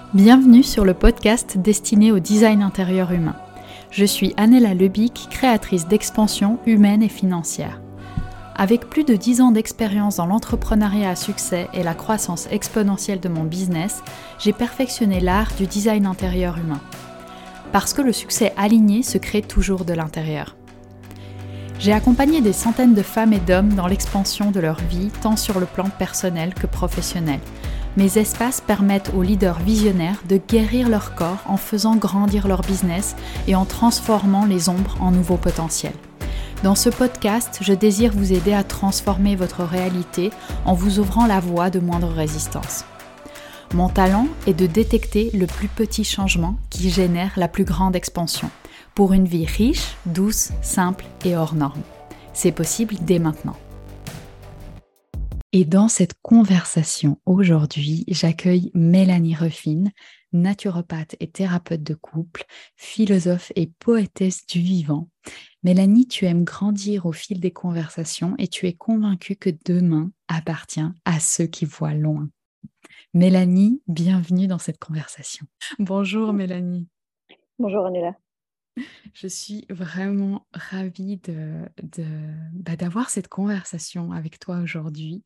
Bienvenue sur le podcast destiné au design intérieur humain. Je suis Annella Lebic, créatrice d'expansion humaine et financière. Avec plus de 10 ans d'expérience dans l'entrepreneuriat à succès et la croissance exponentielle de mon business, j'ai perfectionné l'art du design intérieur humain. Parce que le succès aligné se crée toujours de l'intérieur. J'ai accompagné des centaines de femmes et d'hommes dans l'expansion de leur vie, tant sur le plan personnel que professionnel. Mes espaces permettent aux leaders visionnaires de guérir leur corps en faisant grandir leur business et en transformant les ombres en nouveaux potentiels. Dans ce podcast, je désire vous aider à transformer votre réalité en vous ouvrant la voie de moindre résistance. Mon talent est de détecter le plus petit changement qui génère la plus grande expansion pour une vie riche, douce, simple et hors norme. C'est possible dès maintenant. Et dans cette conversation aujourd'hui, j'accueille Mélanie Ruffin, naturopathe et thérapeute de couple, philosophe et poétesse du vivant. Mélanie, tu aimes grandir au fil des conversations et tu es convaincue que demain appartient à ceux qui voient loin. Mélanie, bienvenue dans cette conversation. Bonjour Mélanie. Bonjour Annella. Je suis vraiment ravie d'avoir cette conversation avec toi aujourd'hui.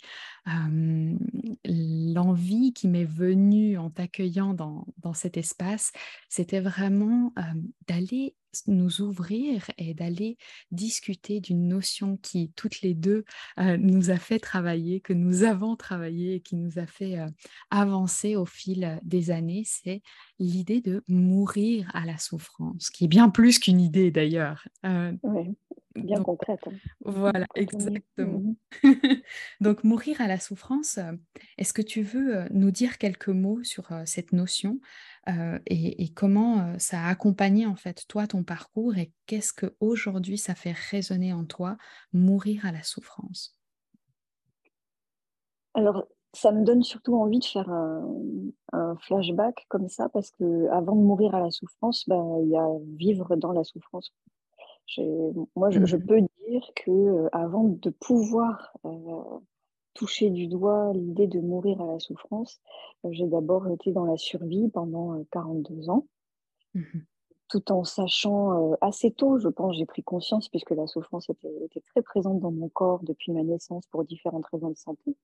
L'envie qui m'est venue en t'accueillant dans cet espace, c'était vraiment d'aller nous ouvrir et d'aller discuter d'une notion qui, toutes les deux, nous a fait travailler, que nous avons travaillé et qui nous a fait avancer au fil des années. C'est l'idée de mourir à la souffrance, qui est bien plus qu'une idée d'ailleurs. Oui, bien Donc concrète. voilà, Quand on est... exactement. Donc mourir à la souffrance, est-ce que tu veux nous dire quelques mots sur cette notion et comment ça a accompagné en fait toi ton parcours et qu'est-ce que aujourd'hui ça fait résonner en toi, mourir à la souffrance? Alors, ça me donne surtout envie de faire un flashback comme ça, parce que avant de mourir à la souffrance, il y a vivre dans la souffrance. Moi, je Mhm. peux dire que avant de pouvoir toucher du doigt l'idée de mourir à la souffrance, j'ai d'abord été dans la survie pendant 42 ans, Mhm. tout en sachant assez tôt, je pense, j'ai pris conscience, puisque la souffrance était très présente dans mon corps depuis ma naissance pour différentes raisons de santé.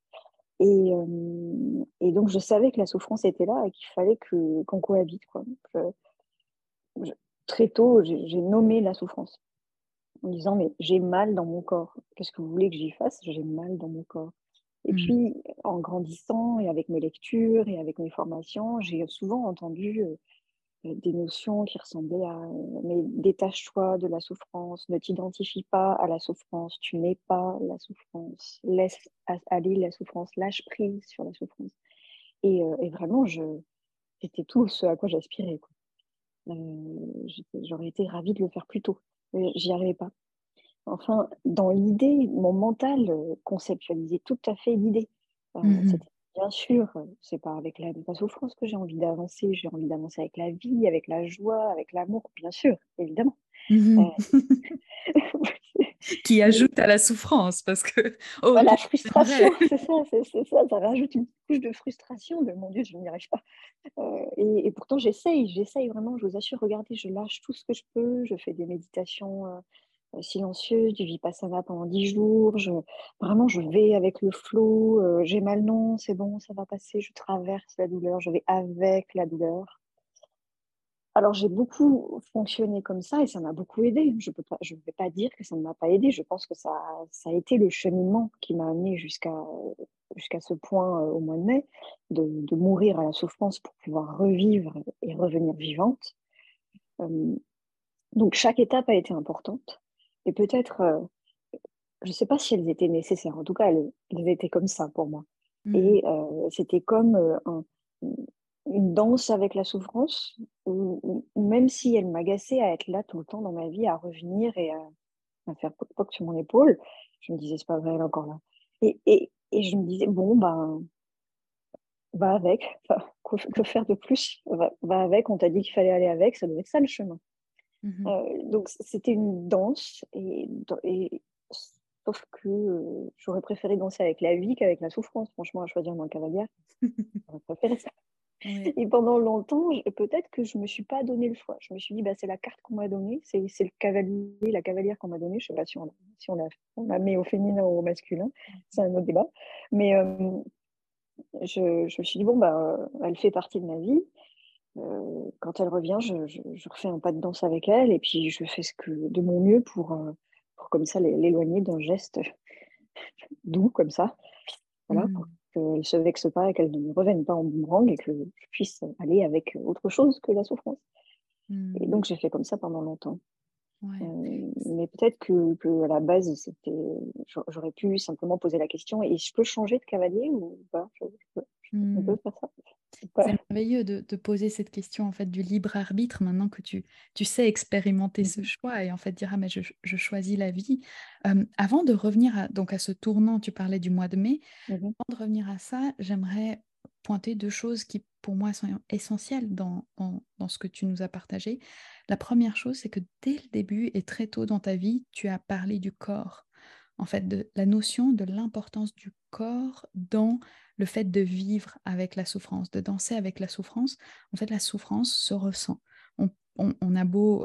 Et donc, je savais que la souffrance était là et qu'il fallait qu'on cohabite, quoi. Je- Très tôt, j'ai nommé la souffrance en disant, mais j'ai mal dans mon corps. Qu'est-ce que vous voulez que j'y fasse? J'ai mal dans mon corps. Et Mhm. puis, en grandissant et avec mes lectures et avec mes formations, j'ai souvent entendu des notions qui ressemblaient à mais détache-toi de la souffrance, ne t'identifie pas à la souffrance, tu n'es pas la souffrance, laisse aller la souffrance, lâche prise sur la souffrance. Et vraiment, c'était tout ce à quoi j'aspirais, quoi. J'aurais été ravie de le faire plus tôt, mais j'y arrivais pas. Enfin, dans l'idée, mon mental conceptualisait tout à fait l'idée. Mhm. C'était bien sûr, c'est pas avec la souffrance que j'ai envie d'avancer avec la vie, avec la joie, avec l'amour, bien sûr, évidemment. Euh, Mhm. Qui mais ajoute à la souffrance parce que oh la que frustration, j'aimerais. c'est ça, ça rajoute une couche de frustration, de mon Dieu, je n'y arrive pas. Et pourtant, j'essaye vraiment, je vous assure, regardez, je lâche tout ce que je peux, je fais des méditations silencieuses, du Vipassana pendant 10 jours, vraiment, je vais avec le flow, j'ai mal, non, c'est bon, ça va passer, je traverse la douleur, je vais avec la douleur. Alors, j'ai beaucoup fonctionné comme ça et ça m'a beaucoup aidé. Je ne vais pas dire que ça ne m'a pas aidé. Je pense que ça a été le cheminement qui m'a amené jusqu'à ce point au mois de mai, de mourir à la souffrance pour pouvoir revivre et revenir vivante. Euh, donc, chaque étape a été importante et peut-être, je ne sais pas si elles étaient nécessaires. En tout cas, elles étaient comme ça pour moi. Mhm. Et c'était comme une danse avec la souffrance, où même si elle m'agaçait à être là tout le temps dans ma vie, à revenir et à faire poc-poc sur mon épaule, je me disais, c'est pas vrai, elle est encore là. Et je me disais, bon, ben, va avec. Enfin, que faire de plus? Va avec, on t'a dit qu'il fallait aller avec, ça doit être ça le chemin. Mhm. Donc, c'était une danse, et sauf que j'aurais préféré danser avec la vie qu'avec la souffrance, franchement, à choisir dans le cavalier. J'aurais préféré ça. Ouais. Et pendant longtemps, peut-être que je me suis pas donné le choix. Je me suis dit: «Bah, c'est la carte qu'on m'a donnée, c'est le cavalier, la cavalière qu'on m'a donnée». Je sais pas si on la met au féminin ou au masculin, c'est un autre débat. Mais, je me suis dit: «Bon, bah, elle fait partie de ma vie, quand elle revient, je refais un pas de danse avec elle et puis je fais ce que de mon mieux pour comme ça l'éloigner d'un geste doux comme ça». Voilà, pour Mmh. qu'elle se vexe pas et qu'elle ne revienne pas en boomerang et que je puisse aller avec autre chose que la souffrance. Et Mmh. donc j'ai fait comme ça pendant longtemps. Ouais. Mais peut-être que à la base, j'aurais pu simplement poser la question: «Et je peux changer de cavalier ou pas?» On Mmh. peut faire ça? Ou C'est pas? merveilleux de poser cette question en fait du libre arbitre maintenant que tu sais expérimenter ce Mmh. choix et en fait dire: «Ah mais je choisis la vie». Avant de revenir à ce tournant, tu parlais du mois de mai. Mmh. Avant de revenir à ça, j'aimerais pointer 2 choses qui pour moi sont essentielles dans ce que tu nous as partagé. La première chose, c'est que dès le début et très tôt dans ta vie, tu as parlé du corps. En fait, de la notion de l'importance du corps dans le fait de vivre avec la souffrance, de danser avec la souffrance. En fait, la souffrance se ressent. On a beau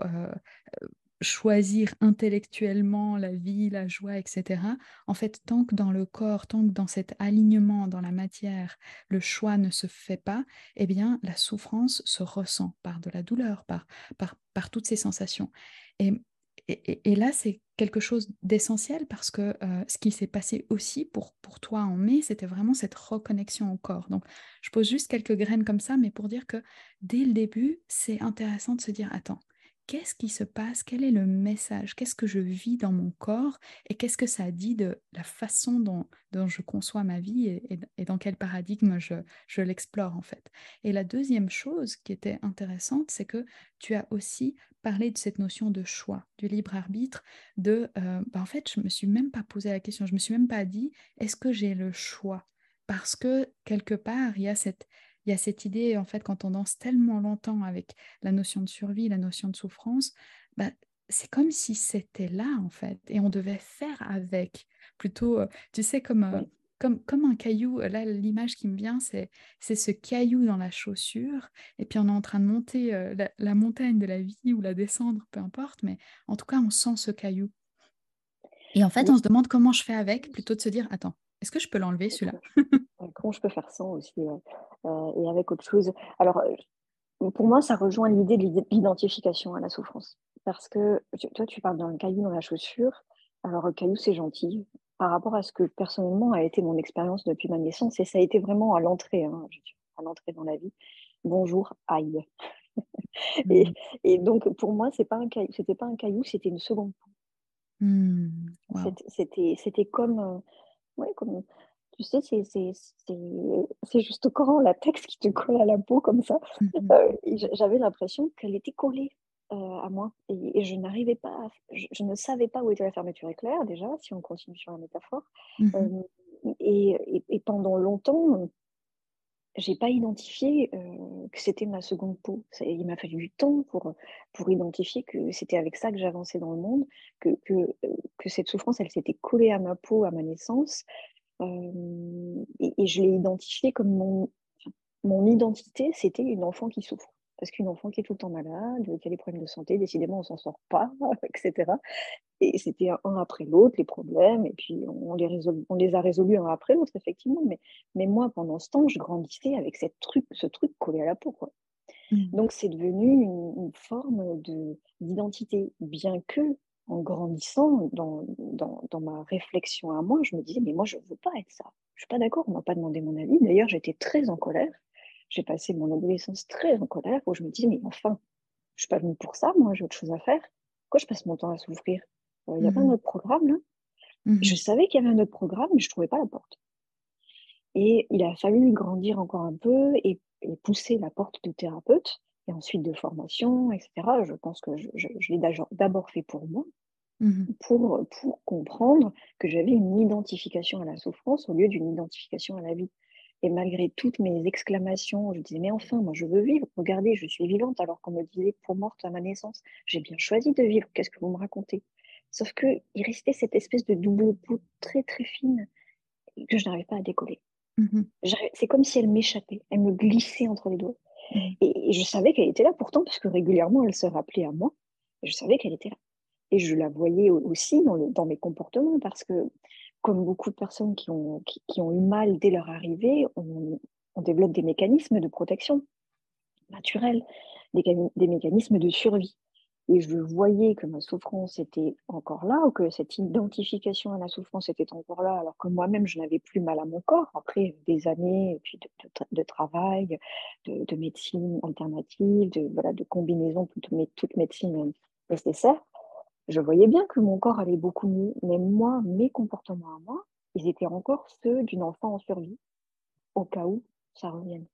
choisir intellectuellement la vie, la joie, etc. En fait, tant que dans le corps, tant que dans cet alignement, dans la matière, le choix ne se fait pas, eh bien, la souffrance se ressent par de la douleur, par toutes ces sensations. Et, et là, c'est quelque chose d'essentiel parce que ce qui s'est passé aussi pour toi en mai, c'était vraiment cette reconnexion au corps. Donc, je pose juste quelques graines comme ça, mais pour dire que dès le début, c'est intéressant de se dire, attends, qu'est-ce qui se passe? Quel est le message? Qu'est-ce que je vis dans mon corps? Et qu'est-ce que ça dit de la façon dont je conçois ma vie et dans quel paradigme je l'explore en fait? Et la deuxième chose qui était intéressante, c'est que tu as aussi parlé de cette notion de choix, du libre arbitre, en fait, je me suis même pas posé la question, je me suis même pas dit, est-ce que j'ai le choix? Parce que quelque part, il y a cette idée, en fait, quand on danse tellement longtemps avec la notion de survie, la notion de souffrance, bah, c'est comme si c'était là, en fait, et on devait faire avec. Plutôt, tu sais, Oui. comme un caillou. Là, l'image qui me vient, c'est ce caillou dans la chaussure, et puis on est en train de monter la montagne de la vie ou la descendre, peu importe, mais en tout cas, on sent ce caillou. Et en fait, Oui. on se demande comment je fais avec, plutôt de se dire, attends, est-ce que je peux l'enlever, celui-là? Comment je peux faire sans aussi, et avec autre chose? Alors, pour moi, ça rejoint l'idée de l'identification à la souffrance. Parce que toi, tu parles d'un caillou dans la chaussure. Alors, caillou, c'est gentil. Par rapport à ce que personnellement a été mon expérience depuis ma naissance, et ça a été vraiment à l'entrée, hein, à l'entrée dans la vie. Bonjour, aïe. Et, Hmm. et donc, pour moi, c'était pas un caillou, c'était une seconde peau. Hmm. Wow. C'était comme, ouais, comme, tu sais, c'est juste quand la latex qui te colle à la peau comme ça. Mhm. Et j'avais l'impression qu'elle était collée, à moi, et je n'arrivais pas à je ne savais pas où était la fermeture éclair déjà, si on continue sur la métaphore. Mhm. Hem et pendant longtemps, j'ai pas identifié, que c'était ma seconde peau. Il m'a fallu du temps pour identifier que c'était avec ça que j'avançais dans le monde, que cette souffrance, elle s'était collée à ma peau à ma naissance. Et je l'ai identifiée comme mon identité, c'était une enfant qui souffre. Parce qu'une enfant qui est tout le temps malade, qui a des problèmes de santé, décidément on s'en sort pas, et cetera. Et c'était un après l'autre, les problèmes, et puis on les a résolus un après l'autre, effectivement. Mais moi, pendant ce temps, je grandissais avec ce truc collé à la peau, quoi. Mhm. Donc c'est devenu une forme d'identité, bien que, en grandissant dans ma réflexion à moi, je me disais: «Mais moi, je ne veux pas être ça. Je suis pas d'accord, on m'a pas demandé mon avis». D'ailleurs, j'étais très en colère. J'ai passé mon adolescence très en colère, où je me disais: «Mais enfin, je suis pas venue pour ça, moi, j'ai autre chose à faire. Pourquoi je passe mon temps à souffrir? Il y a pas un Mhm. autre programme, là?» Je Mhm. savais qu'il y avait un autre programme, mais je trouvais pas la porte. Et il a fallu grandir encore un peu et pousser la porte de thérapeute et ensuite de formation, et cetera. Je pense que je l'ai d'abord fait pour moi, Mhm. pour comprendre que j'avais une identification à la souffrance au lieu d'une identification à la vie. Et malgré toutes mes exclamations, je disais: «Mais enfin, moi je veux vivre, regardez, je suis vivante alors qu'on me disait peau morte à ma naissance. J'ai bien choisi de vivre, qu'est-ce que vous me racontez?» Sauf qu'il restait cette espèce de double peau très, très fine que je n'arrivais pas à décoller. Mhm. C'est comme si elle m'échappait, elle me glissait entre les doigts. Mhm. Et je savais qu'elle était là pourtant, parce que régulièrement, elle se rappelait à moi. Et je savais qu'elle était là. Et je la voyais aussi dans mes comportements, parce que comme beaucoup de personnes qui ont eu mal dès leur arrivée, on développe des mécanismes de protection naturels, des mécanismes de survie. Et je voyais que ma souffrance était encore là, ou que cette identification à la souffrance était encore là, alors que moi-même, je n'avais plus mal à mon corps, après des années et puis de travail, de médecine alternative, voilà, de combinaison de toute médecine nécessaire. Je voyais bien que mon corps allait beaucoup mieux, mais moi, mes comportements à moi, ils étaient encore ceux d'une enfant en survie, au cas où ça revienne.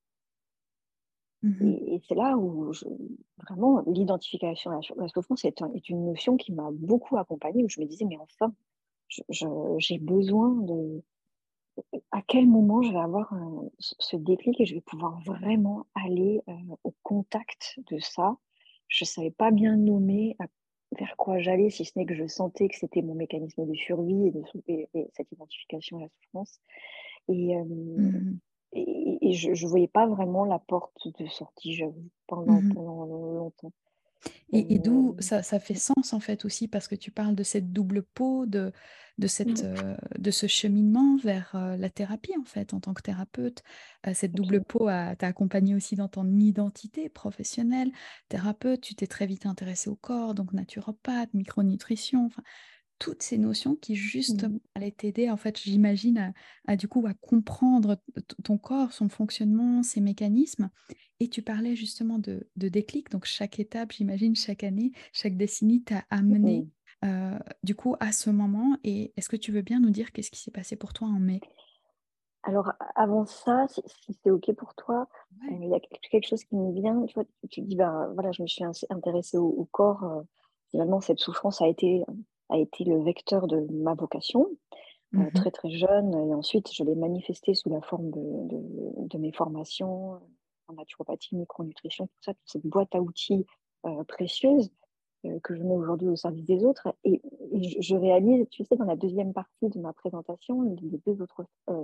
Mhm. Et c'est là où vraiment l'identification à la souffrance est une notion qui m'a beaucoup accompagnée, où je me disais, mais enfin, j'ai besoin de... À quel moment je vais avoir ce déclic et je vais pouvoir vraiment aller au contact de ça. Je ne savais pas bien nommer vers quoi j'allais, si ce n'est que je sentais que c'était mon mécanisme de survie et cette identification à la souffrance. Et, Mhm. et je ne voyais pas vraiment la porte de sortie, j'avoue, Mhm. pendant longtemps. Et d'où Euh, ça fait sens en fait aussi parce que tu parles de cette double peau, mm, de ce cheminement vers la thérapie en fait en tant que thérapeute. Cette double absolument. peau t'a accompagné aussi dans ton identité professionnelle. Thérapeute, tu t'es très vite intéressé au corps, donc naturopathe, micronutrition, enfin, toutes ces notions qui justement Mm, allaient t'aider en fait, j'imagine, du coup à comprendre ton corps, son fonctionnement, ses mécanismes. Et tu parlais justement de déclic, donc chaque étape, j'imagine, chaque année, chaque décennie t'a amené mm. du coup à ce moment. Et est-ce que tu veux bien nous dire qu'est-ce qui s'est passé pour toi en mai? Alors, avant ça, si c'est OK pour toi, Ouais. il y a quelque chose qui me vient. Tu vois, tu te dis, ben, voilà, je me suis intéressée au corps. Finalement, cette souffrance a été le vecteur de ma vocation, Mhm. très, très jeune. Et ensuite, je l'ai manifestée sous la forme de mes formations en naturopathie, micronutrition, tout ça, toute cette boîte à outils précieuse que je mets aujourd'hui au service des autres. Et je réalise, tu sais, dans la deuxième partie de ma présentation, les deux autres,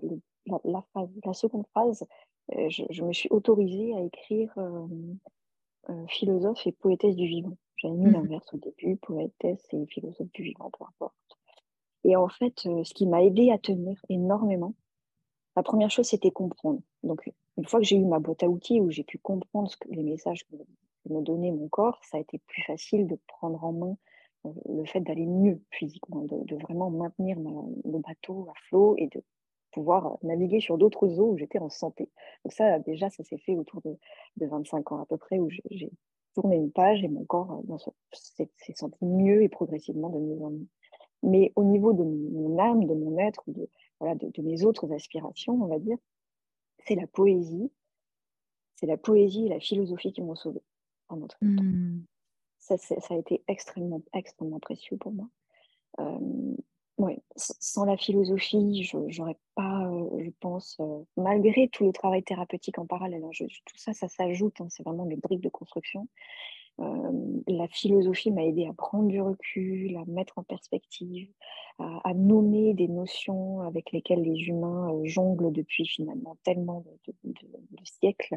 la seconde phrase, je me suis autorisée à écrire philosophe et poétesse du vivant. J'avais mis Mhm. l'inverse au début, poétesse et philosophe du vivant, peu importe. Et en fait, ce qui m'a aidé à tenir énormément, la première chose, c'était comprendre. Donc, une fois que j'ai eu ma boîte à outils où j'ai pu comprendre les messages que me donnait mon corps, ça a été plus facile de prendre en main le fait d'aller mieux physiquement, de vraiment maintenir le bateau à flot et de pouvoir naviguer sur d'autres eaux où j'étais en santé. Donc ça, déjà, ça s'est fait autour de 25 ans à peu près, où j'ai tourné une page et mon corps s'est senti mieux et progressivement de mieux en mieux. Mais au niveau de mon âme, de mon être, voilà, de mes autres aspirations, on va dire, c'est la poésie, c'est la poésie et la philosophie qui m'ont sauvée pendant très longtemps. Mhm. Ça a été extrêmement, extrêmement précieux pour moi. Euh, ouais, sans la philosophie, je n'aurais pas, je pense, malgré tout le travail thérapeutique en parallèle, hein, tout ça, ça s'ajoute, hein, c'est vraiment des briques de construction. La philosophie m'a aidé à prendre du recul, à mettre en perspective, à nommer des notions avec lesquelles les humains jonglent depuis finalement tellement de siècles.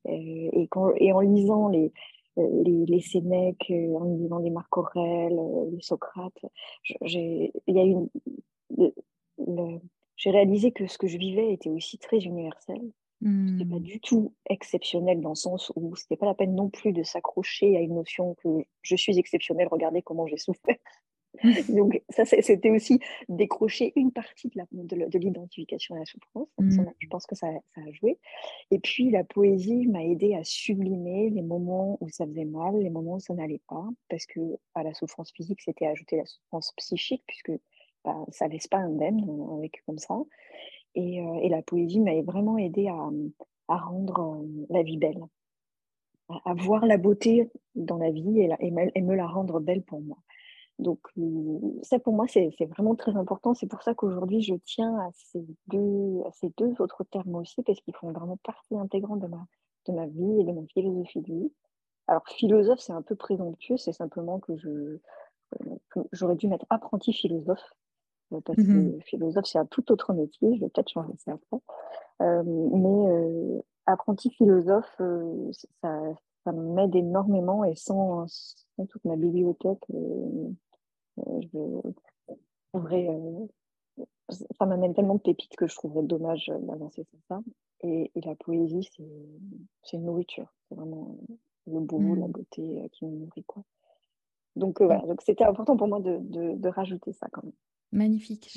Et en lisant les Sénèques, en lisant les Marc Aurèle, les Socrates, il y a une, le- le- j'ai réalisé que ce que je vivais était aussi très universel. C'était pas Mhm. du tout exceptionnel dans le sens où c'était pas la peine non plus de s'accrocher à une notion que je suis exceptionnelle, regardez comment j'ai souffert. Donc ça, c'était aussi décrocher une partie de l'identification à la souffrance. Mhm. Je pense que ça a joué. Et puis la poésie m'a aidé à sublimer les moments où ça faisait mal, les moments où ça n'allait pas, parce que à la souffrance physique, c'était ajouter la souffrance psychique, puisque bah, ça laisse pas indemne avec comme ça. Et la poésie m'a vraiment aidé à rendre la vie belle, à voir la beauté dans la vie et me la rendre belle pour moi. Donc, ça pour moi, c'est vraiment très important. C'est pour ça qu'aujourd'hui, je tiens à ces deux autres termes aussi, parce qu'ils font vraiment partie intégrante de ma vie et de ma philosophie de vie. Alors, philosophe, c'est un peu présomptueux, c'est simplement que j'aurais dû mettre apprenti philosophe parce Mhm. que philosophe, c'est un tout autre métier. Je vais peut-être changer ça après. Mais apprenti philosophe, ça m'aide énormément et sans toute ma bibliothèque, je trouverais, ça m'amène tellement de pépites que je trouverais dommage d'avancer sans ça. Et la poésie, c'est une nourriture. C'est vraiment le beau, la Mhm. beauté qui me nourrit, quoi. Donc Oh, voilà, donc c'était important pour moi de rajouter ça quand même. magnifique.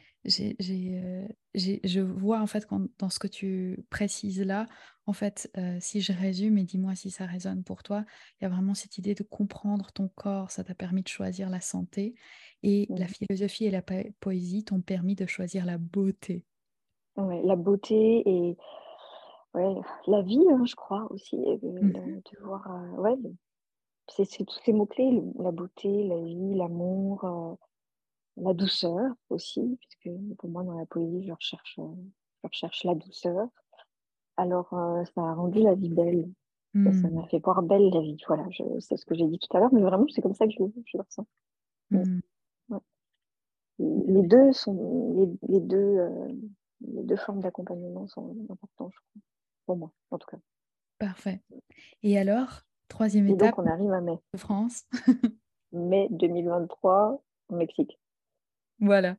Je vois en fait dans ce que tu précises là, en fait, si je résume et dis-moi si ça résonne pour toi, il y a vraiment cette idée de comprendre ton corps, ça t'a permis de choisir la santé, et la Mhm. philosophie et la poésie t'ont permis de choisir la beauté. Ouais, la beauté et ouais, la vie, hein, je crois aussi, Mhm. de voir, ouais, c'est tous ces mots-clés, la beauté, la vie, l'amour, la douceur aussi, puisque pour moi, dans la poésie, je recherche la douceur. Alors, ça a rendu la vie belle. Ça m'a Mhm. fait voir belle la vie. Voilà, c'est ce que j'ai dit tout à l'heure, mais vraiment, c'est comme ça que je le ressens. Mm, Mhm. ouais. Les deux sont, les deux formes d'accompagnement sont importantes, je crois, pour moi, en tout cas. Parfait. Et alors, troisième Et étape donc, on arrive à mai. de France. Mai 2023, au Mexique. Voilà,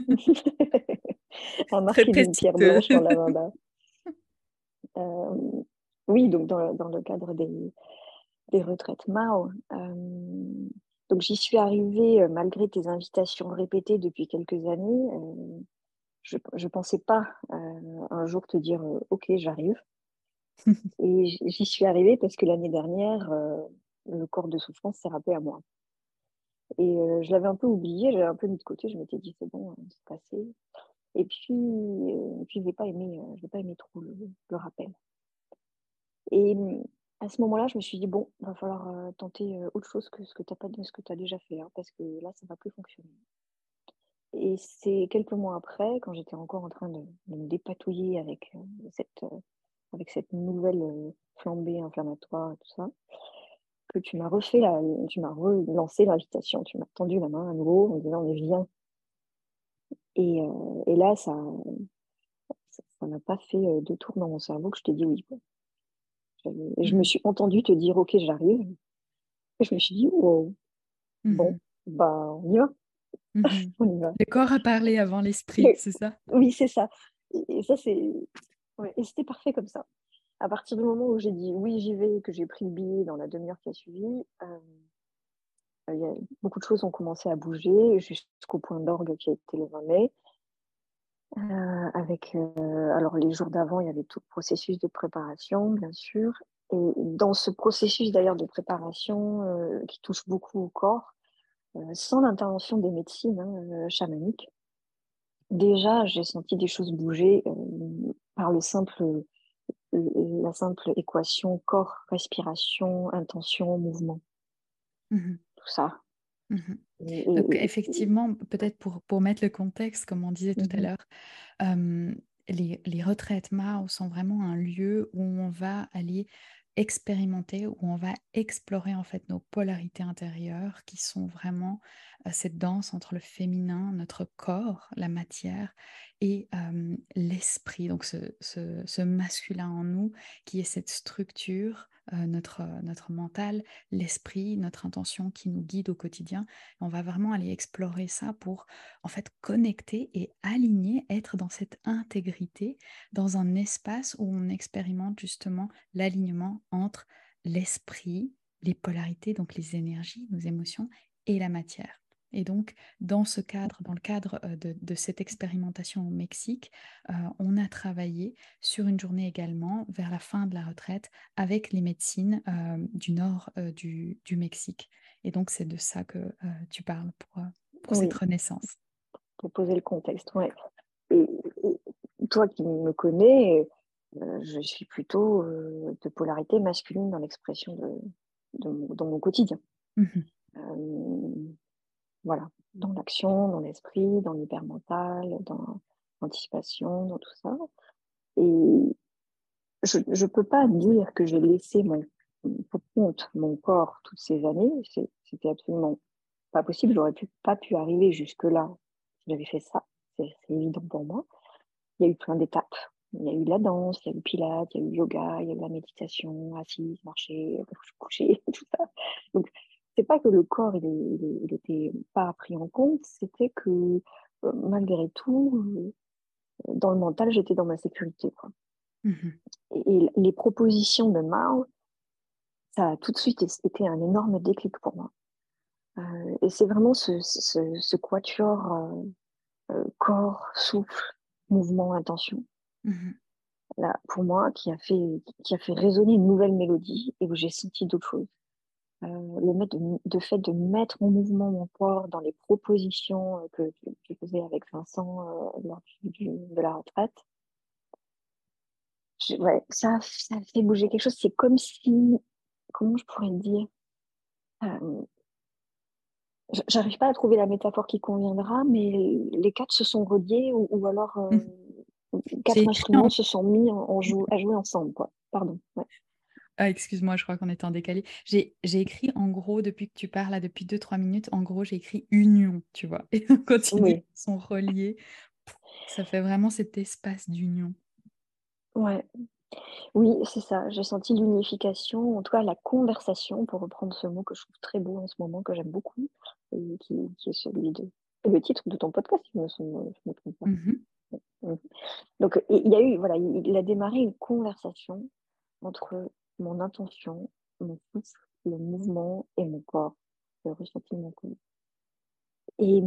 À très marquer d'une précise. pierre blanche sur l'agenda. Oui, donc dans le cadre des retraites Mao. Donc j'y suis arrivée malgré tes invitations répétées depuis quelques années. Je ne pensais pas un jour te dire OK, j'arrive. Et j'y suis arrivée parce que l'année dernière, le corps de souffrance s'est rappelé à moi. Et je l'avais un peu oublié, j'avais un peu mis de côté, je m'étais dit c'est bon, c'est passé. Et puis je n'ai pas aimé trop le rappel. Et à ce moment-là, je me suis dit, bon, il va falloir tenter autre chose que ce que tu as déjà fait, hein, parce que là, ça ne va plus fonctionner. Et c'est quelques mois après, quand j'étais encore en train de me dépatouiller avec cette nouvelle flambée inflammatoire et tout ça, que tu m'as relancé l'invitation, tu m'as tendu la main à nouveau en me disant, mais viens. Et là, ça n'a pas fait deux tours dans mon cerveau que je t'ai dit oui, quoi. Et je me Mhm. suis entendue te dire, ok, j'arrive. Et je me suis dit, wow, bon, Mhm. bah, on y va, Mhm. on y va. Le corps a parlé avant l'esprit, c'est ça? Oui, c'est ça. Et ça, c'est. Ouais, et c'était parfait comme ça. À partir du moment où j'ai dit oui, j'y vais, que j'ai pris le billet dans la demi-heure qui a suivi, beaucoup de choses ont commencé à bouger jusqu'au point d'orgue qui a été le 20 mai. Alors, les jours d'avant, il y avait tout le processus de préparation, bien sûr. Et dans ce processus d'ailleurs de préparation qui touche beaucoup au corps, sans l'intervention des médecines chamaniques, déjà, j'ai senti des choses bouger par la simple équation corps, respiration, intention, mouvement, Mhm. tout ça. Mhm. Donc Et- effectivement, peut-être pour mettre le contexte, comme on disait tout à mhm. l'heure, euh, les retraites Mao sont vraiment un lieu où on va aller expérimenter, où on va explorer en fait nos polarités intérieures qui sont vraiment cette danse entre le féminin, notre corps, la matière, et l'esprit, donc ce masculin en nous qui est cette structure, notre mental, l'esprit, notre intention qui nous guide au quotidien. On va vraiment aller explorer ça pour en fait connecter et aligner, être dans cette intégrité, dans un espace où on expérimente justement l'alignement entre l'esprit, les polarités, donc les énergies, nos émotions, et la matière. Et donc, dans ce cadre, dans le cadre de cette expérimentation au Mexique, on a travaillé sur une journée également, vers la fin de la retraite, avec les médecines du nord du Mexique. Et donc, c'est de ça que tu parles pour cette Oui, renaissance. pour poser le contexte. Ouais. Toi qui me connais, je suis plutôt de polarité masculine dans l'expression dans mon quotidien. Mhm, Euh, voilà, dans l'action, dans l'esprit, dans l'hypermental, dans l'anticipation, dans tout ça. Et je ne peux pas dire que j'ai laissé pour compte mon corps toutes ces années. C'était absolument pas possible. Pas pu arriver jusque-là j'avais fait ça, c'est évident pour moi. Il y a eu plein d'étapes. Il y a eu la danse, il y a eu pilates, il y a eu yoga, il y a eu la méditation, assise, marcher, coucher, tout ça. Donc, c'est pas que le corps, il était pas pris en compte, c'était que malgré tout, dans le mental, j'étais dans ma sécurité, quoi. Mhm. Et les propositions de Mao, ça a tout de suite été un énorme déclic pour moi. Et c'est vraiment ce quatuor corps, souffle, mouvement, intention, Mhm. là, pour moi, qui a fait résonner une nouvelle mélodie et où j'ai senti d'autres choses. Le fait de mettre en mouvement mon corps dans les propositions que je faisais avec Vincent lors de la retraite, ouais, ça a fait bouger quelque chose. C'est comme si, comment je pourrais le dire, euh, j'arrive pas à trouver la métaphore qui conviendra, mais les quatre se sont reliés ou alors Mhm. J'ai quatre écrit en... instruments se sont mis à jouer ensemble, quoi. Pardon. Ouais. Ah, excuse-moi, je crois qu'on était en décalé. J'ai écrit en gros, depuis que tu parles, là, depuis 2-3 minutes, en gros, j'ai écrit union, tu vois. Et donc, quand tu dis qu'ils Oui, sont reliés, ça fait vraiment cet espace d'union. ouais. Oui, c'est ça. J'ai senti l'unification, en tout cas la conversation, pour reprendre ce mot que je trouve très beau en ce moment, que j'aime beaucoup, et qui est celui de le titre de ton podcast, si je me trompe pas. Mhm. Mm. Donc, il y a eu, voilà, il a démarré une conversation entre mon intention, mon souffle, le mouvement et mon corps, le ressenti de mon corps. Et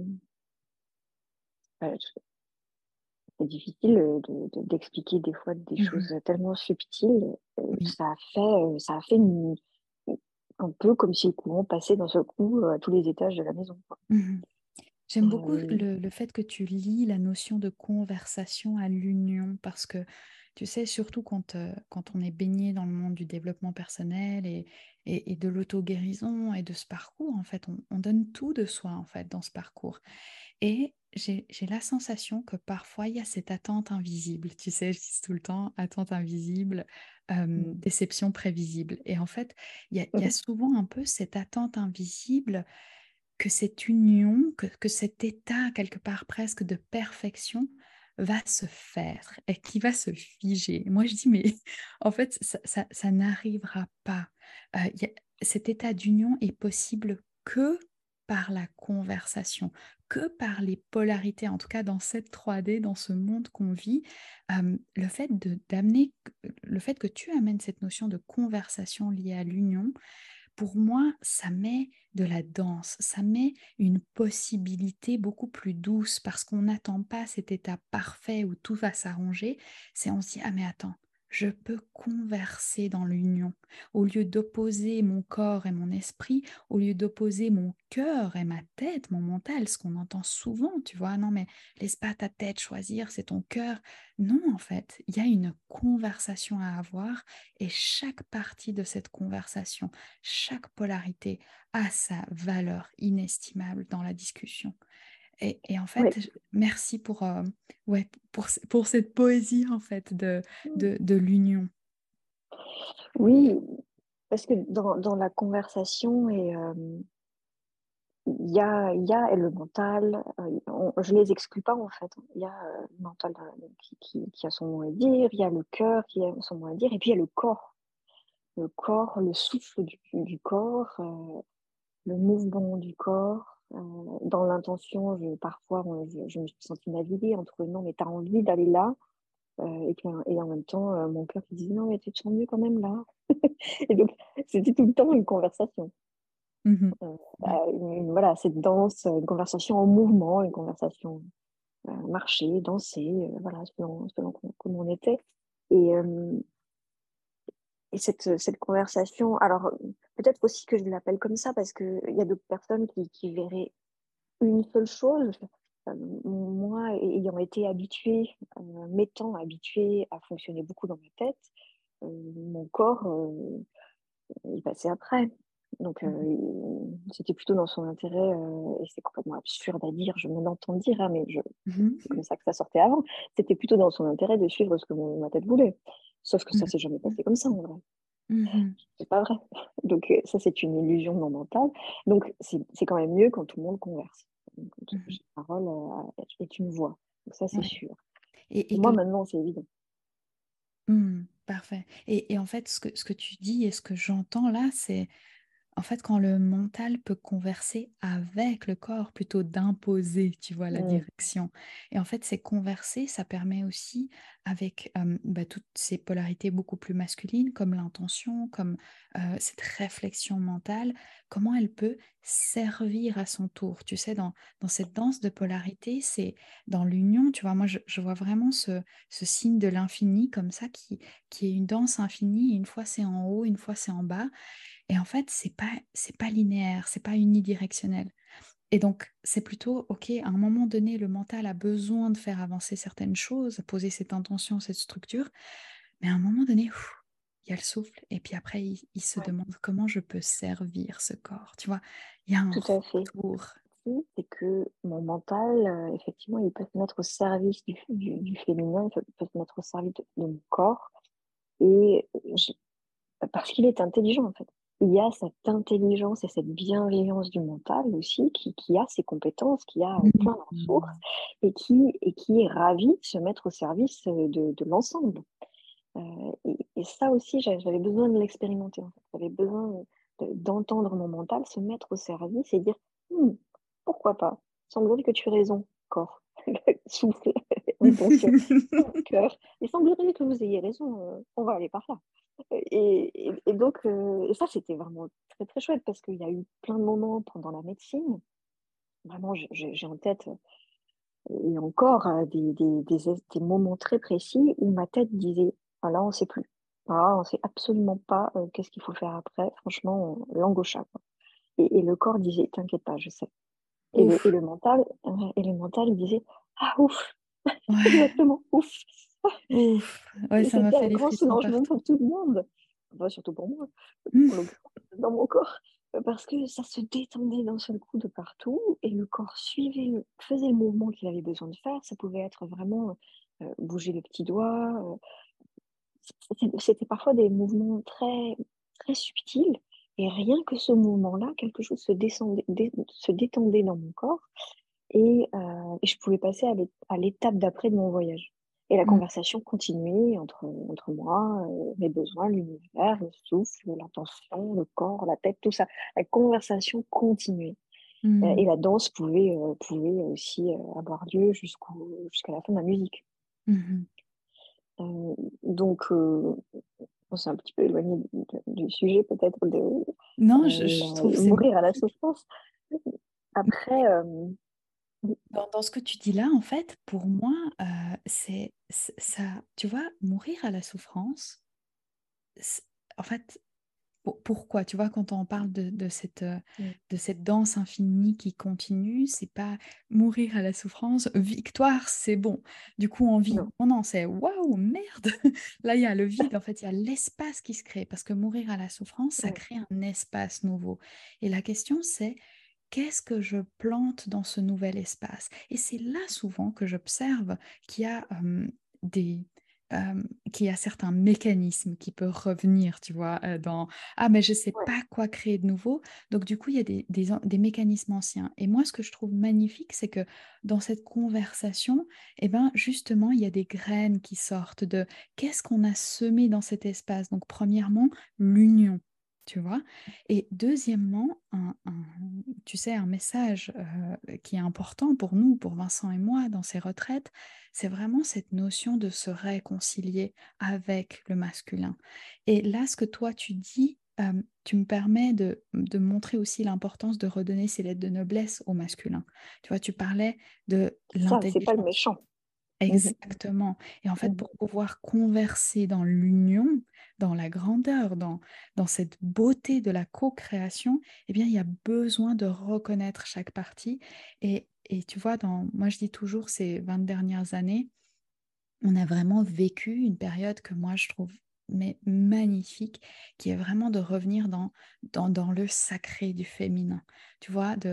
voilà, c'est difficile d'expliquer des fois des choses Mhm. tellement subtiles. Oui. Ça a fait un peu comme si le courant passait d'un seul coup à tous les étages de la maison, quoi. Mhm. J'aime beaucoup Euh, le fait que tu lis la notion de conversation à l'union parce que, tu sais, surtout quand on est baigné dans le monde du développement personnel et de l'auto-guérison et de ce parcours, en fait, on donne tout de soi, en fait, dans ce parcours. Et j'ai la sensation que parfois, il y a cette attente invisible. Tu sais, je dis tout le temps, attente invisible, mm, déception prévisible. Et en fait, il y a mhm. souvent un peu cette attente invisible que cette union, que cet état quelque part presque de perfection va se faire et qui va se figer. Moi, je dis, mais en fait, ça n'arrivera pas. Cet état d'union est possible que par la conversation, que par les polarités, en tout cas dans cette 3D, dans ce monde qu'on vit. Le fait le fait que tu amènes cette notion de conversation liée à l'union, pour moi, ça met de la danse, ça met une possibilité beaucoup plus douce parce qu'on n'attend pas cet état parfait où tout va s'arranger. C'est on se dit, ah mais attends, je peux converser dans l'union. Au lieu d'opposer mon corps et mon esprit, au lieu d'opposer mon cœur et ma tête, mon mental, ce qu'on entend souvent, tu vois, non mais laisse pas ta tête choisir, c'est ton cœur. Non, en fait, il y a une conversation à avoir et chaque partie de cette conversation, chaque polarité a sa valeur inestimable dans la discussion. Et en Ouais. fait, merci ouais, pour cette poésie en fait de l'union. Oui, parce que dans la conversation, il y a le mental, je les exclue pas en fait. Il y a le mental qui a son mot à dire, il y a le cœur qui a son mot à dire, et puis il y a le corps, le souffle du corps, le mouvement du corps. Dans l'intention, parfois, je me suis sentie naviguer entre non, mais tu as envie d'aller là, et en même temps, mon cœur qui dit non, mais tu te sens mieux quand même là. Et donc, c'était tout le temps une conversation. Mhm. Ouais. Voilà, cette danse, une conversation en mouvement, une conversation marcher, danser, voilà, selon comment on était. Et, euh, et cette conversation, alors peut-être aussi que je l'appelle comme ça parce qu'il y a d'autres personnes qui verraient une seule chose. Moi, ayant été habituée, m'étant habituée à fonctionner beaucoup dans ma tête, mon corps, il passait après. Donc, Mhm. c'était plutôt dans son intérêt, et c'est complètement absurde à dire, je me l'entends dire, hein, mais c'est Mhm. comme ça que ça sortait avant. C'était plutôt dans son intérêt de suivre ce que ma tête voulait. Sauf que ça Mhm. s'est jamais passé comme ça, en vrai. Mhm. C'est pas vrai. Donc, ça, c'est une illusion non mentale. Donc, c'est quand même mieux quand tout le monde converse. Mhm. Chaque parole est une voix. Donc ça, c'est Ouais. sûr. Et Pour que moi, maintenant, c'est évident. Parfait. Et en fait, ce que tu dis et ce que j'entends là, c'est en fait quand le mental peut converser avec le corps plutôt d'imposer, tu vois, la Mm. direction. Et en fait, c'est converser, ça permet aussi avec bah, toutes ces polarités beaucoup plus masculines, comme l'intention, comme cette réflexion mentale, comment elle peut servir à son tour. Tu sais, dans cette danse de polarité, c'est dans l'union, tu vois, moi je vois vraiment ce signe de l'infini comme ça qui est une danse infinie. Une fois c'est en haut, une fois c'est en bas. Et en fait, c'est pas linéaire, c'est pas unidirectionnel. Et donc, c'est plutôt, OK, à un moment donné, le mental a besoin de faire avancer certaines choses, poser cette intention, cette structure, mais à un moment donné, il y a le souffle, et puis après, il se Ouais, demande comment je peux servir ce corps. Tu vois, il y a un tout à fait. retour. C'est que mon mental, effectivement, il peut se mettre au service du féminin, il peut se mettre au service de mon corps, et parce qu'il est intelligent, en fait. Il y a cette intelligence et cette bienveillance du mental aussi, qui a ses compétences, qui a plein de ressources, Mhm. et qui est ravi de se mettre au service de l'ensemble. Et ça aussi, j'avais besoin de l'expérimenter, en fait. J'avais besoin d'entendre mon mental se mettre au service et dire, Hmm, pourquoi pas? Semblerait que tu aies raison, corps, souffle, intention, cœur. Il semblerait que vous ayez raison, on va aller par là. Et donc, et ça, c'était vraiment très, très chouette parce qu'il y a eu plein de moments pendant la médecine. Vraiment, j'ai en tête, et encore, des moments très précis où ma tête disait, ah là, on ne sait plus. Ah là, on ne sait absolument pas qu'est-ce qu'il faut faire après. Franchement, langue au chat, quoi. Et le corps disait, t'inquiète pas, je sais. Et le, et Ouf, le mental, et le mental, il disait, ah ouf, ouais, exactement, ouf. ouf. Ouais, Et ça m'a c'était fait un des grand frissons soulagement partout. pour tout le monde. Enfin, surtout pour moi, Hmm. en l'occurrence, dans mon corps. Parce que ça se détendait d'un seul coup de partout et le corps faisait le mouvement qu'il avait besoin de faire. Ça pouvait être vraiment bouger le petit doigt. C'était parfois des mouvements très, très subtils. Et rien que ce mouvement-là, quelque chose se détendait dans mon corps et je pouvais passer à l'étape d'après de mon voyage. Et la Hmm. conversation continuait entre moi, mes besoins, l'univers, le souffle, l'intention, le corps, la tête, tout ça. La conversation continuait. Et Hmm. la danse pouvait aussi avoir lieu jusqu'à la fin de la musique. Mhm. Euh, donc, on s'est un petit peu éloigné du sujet peut-être de Non, je trouve que c'est mourir à la souffrance. Après, dans ce que tu dis là, en fait, pour moi, ça, tu vois, mourir à la souffrance, c'est- en fait, pourquoi? Tu vois, quand on parle de cette danse infinie qui continue, c'est pas mourir à la souffrance, victoire, c'est bon. Du coup, on vit. non. Non, non, c'est waouh, merde. Là, il y a le vide, en fait, il y a l'espace qui se crée. Parce que mourir à la souffrance, ça Ouais. crée un espace nouveau. Et la question, c'est qu'est-ce que je plante dans ce nouvel espace? Et c'est là souvent que j'observe qu'il y a des... qu'il y a certains mécanismes qui peuvent revenir, tu vois, dans ah, mais je sais Ouais. pas quoi créer de nouveau. Donc, du coup, il y a des mécanismes anciens. Et moi, ce que je trouve magnifique, c'est que dans cette conversation, eh ben, justement, il y a des graines qui sortent de qu'est-ce qu'on a semé dans cet espace. Donc, premièrement, l'union. Tu vois? Et deuxièmement, tu sais, un message qui est important pour nous, pour Vincent et moi, dans ces retraites, c'est vraiment cette notion de se réconcilier avec le masculin. Et là, ce que toi, tu dis, tu me permets de montrer aussi l'importance de redonner ces lettres de noblesse au masculin. Tu vois, tu parlais de Ça, c'est pas le l'intelligence. méchant. Mhm. Exactement. Et en fait, Mhm. pour pouvoir converser dans l'union, dans la grandeur, dans cette beauté de la co-création, eh bien, il y a besoin de reconnaître chaque partie. Et tu vois, moi, je dis toujours ces 20 dernières années, on a vraiment vécu une période que moi je trouve mais magnifique, qui est vraiment de revenir dans le sacré du féminin. Tu vois, de